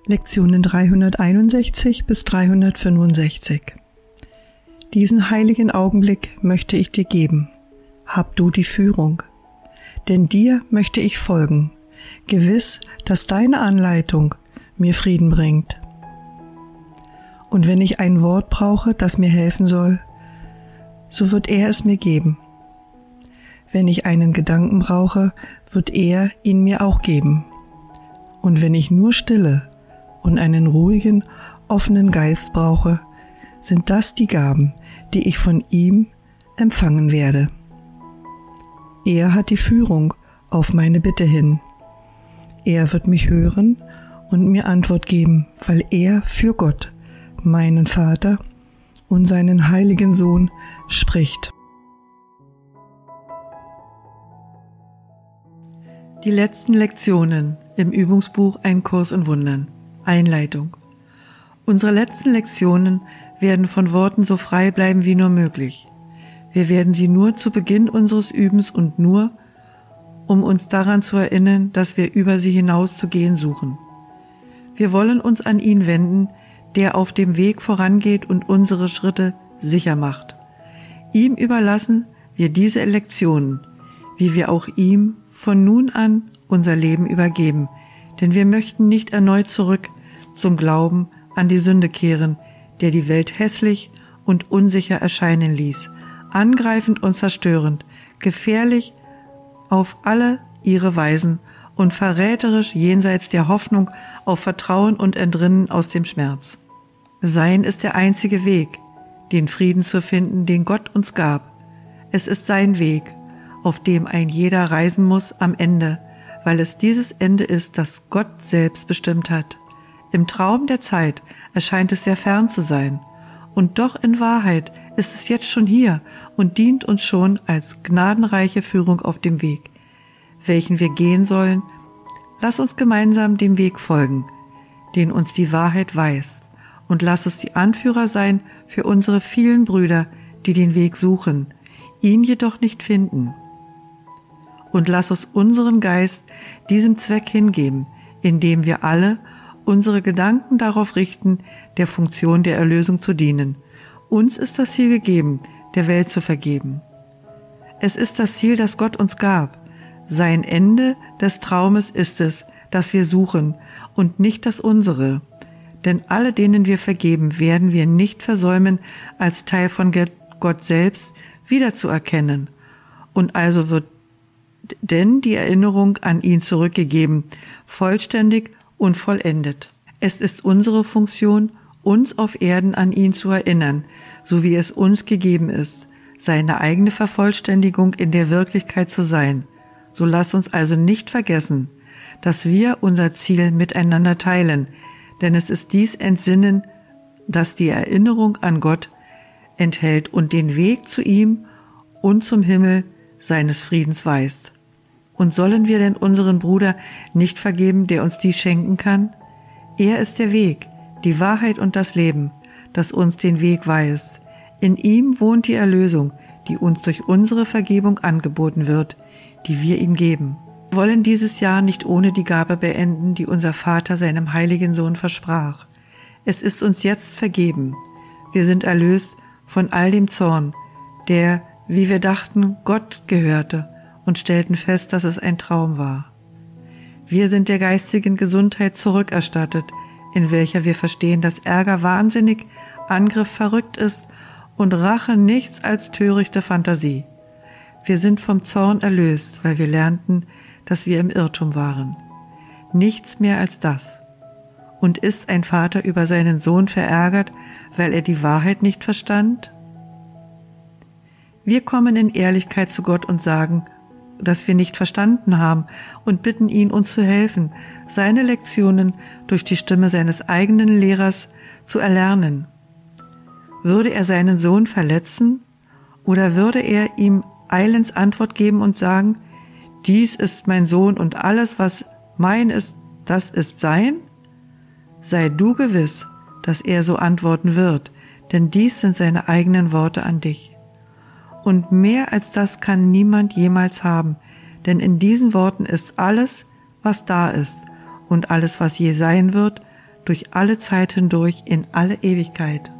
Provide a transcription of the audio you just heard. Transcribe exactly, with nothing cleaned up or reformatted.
Lektionen dreihunderteinundsechzig bis dreihundertfünfundsechzig. Diesen heiligen Augenblick möchte ich dir geben. Hab du die Führung. Denn dir möchte ich folgen, gewiss, dass deine Anleitung mir Frieden bringt. Und wenn ich ein Wort brauche, das mir helfen soll, so wird er es mir geben. Wenn ich einen Gedanken brauche, wird er ihn mir auch geben. Und wenn ich nur Stille und einen ruhigen, offenen Geist brauche, sind das die Gaben, die ich von ihm empfangen werde. Er hat die Führung auf meine Bitte hin. Er wird mich hören und mir Antwort geben, weil er für Gott, meinen Vater und seinen heiligen Sohn spricht. Die letzten Lektionen im Übungsbuch Ein Kurs in Wundern. Einleitung. Unsere letzten Lektionen werden von Worten so frei bleiben wie nur möglich. Wir werden sie nur zu Beginn unseres Übens und nur, um uns daran zu erinnern, dass wir über sie hinaus zu gehen suchen. Wir wollen uns an ihn wenden, der auf dem Weg vorangeht und unsere Schritte sicher macht. Ihm überlassen wir diese Lektionen, wie wir auch ihm von nun an unser Leben übergeben, denn wir möchten nicht erneut zurück zum Glauben an die Sünde kehren, der die Welt hässlich und unsicher erscheinen ließ, angreifend und zerstörend, gefährlich auf alle ihre Weisen und verräterisch jenseits der Hoffnung auf Vertrauen und Entrinnen aus dem Schmerz. Sein ist der einzige Weg, den Frieden zu finden, den Gott uns gab. Es ist sein Weg, auf dem ein jeder reisen muss am Ende, weil es dieses Ende ist, das Gott selbst bestimmt hat. Im Traum der Zeit erscheint es sehr fern zu sein, und doch in Wahrheit ist es jetzt schon hier und dient uns schon als gnadenreiche Führung auf dem Weg, welchen wir gehen sollen. Lass uns gemeinsam dem Weg folgen, den uns die Wahrheit weist, und lass es die Anführer sein für unsere vielen Brüder, die den Weg suchen, ihn jedoch nicht finden. Und lass uns unseren Geist diesem Zweck hingeben, indem wir alle unsere Gedanken darauf richten, der Funktion der Erlösung zu dienen. Uns ist das Ziel gegeben, der Welt zu vergeben. Es ist das Ziel, das Gott uns gab. Sein Ende des Traumes ist es, das wir suchen, und nicht das unsere. Denn alle, denen wir vergeben, werden wir nicht versäumen, als Teil von Gott selbst wiederzuerkennen. Und also wird denn die Erinnerung an ihn zurückgegeben, vollständig und vollendet. Es ist unsere Funktion, uns auf Erden an ihn zu erinnern, so wie es uns gegeben ist, seine eigene Vervollständigung in der Wirklichkeit zu sein. So lass uns also nicht vergessen, dass wir unser Ziel miteinander teilen, denn es ist dies Entsinnen, das die Erinnerung an Gott enthält und den Weg zu ihm und zum Himmel seines Friedens weist. Und sollen wir denn unseren Bruder nicht vergeben, der uns dies schenken kann? Er ist der Weg, die Wahrheit und das Leben, das uns den Weg weist. In ihm wohnt die Erlösung, die uns durch unsere Vergebung angeboten wird, die wir ihm geben. Wir wollen dieses Jahr nicht ohne die Gabe beenden, die unser Vater seinem heiligen Sohn versprach. Es ist uns jetzt vergeben. Wir sind erlöst von all dem Zorn, der, wie wir dachten, Gott gehörte, und stellten fest, dass es ein Traum war. Wir sind der geistigen Gesundheit zurückerstattet, in welcher wir verstehen, dass Ärger wahnsinnig, Angriff verrückt ist und Rache nichts als törichte Fantasie. Wir sind vom Zorn erlöst, weil wir lernten, dass wir im Irrtum waren. Nichts mehr als das. Und ist ein Vater über seinen Sohn verärgert, weil er die Wahrheit nicht verstand? Wir kommen in Ehrlichkeit zu Gott und sagen, dass wir nicht verstanden haben, und bitten ihn, uns zu helfen, seine Lektionen durch die Stimme seines eigenen Lehrers zu erlernen. Würde er seinen Sohn verletzen, oder würde er ihm eilends Antwort geben und sagen, dies ist mein Sohn und alles, was mein ist, das ist sein? Sei du gewiss, dass er so antworten wird, denn dies sind seine eigenen Worte an dich. Und mehr als das kann niemand jemals haben, denn in diesen Worten ist alles, was da ist, und alles, was je sein wird, durch alle Zeit hindurch in alle Ewigkeit.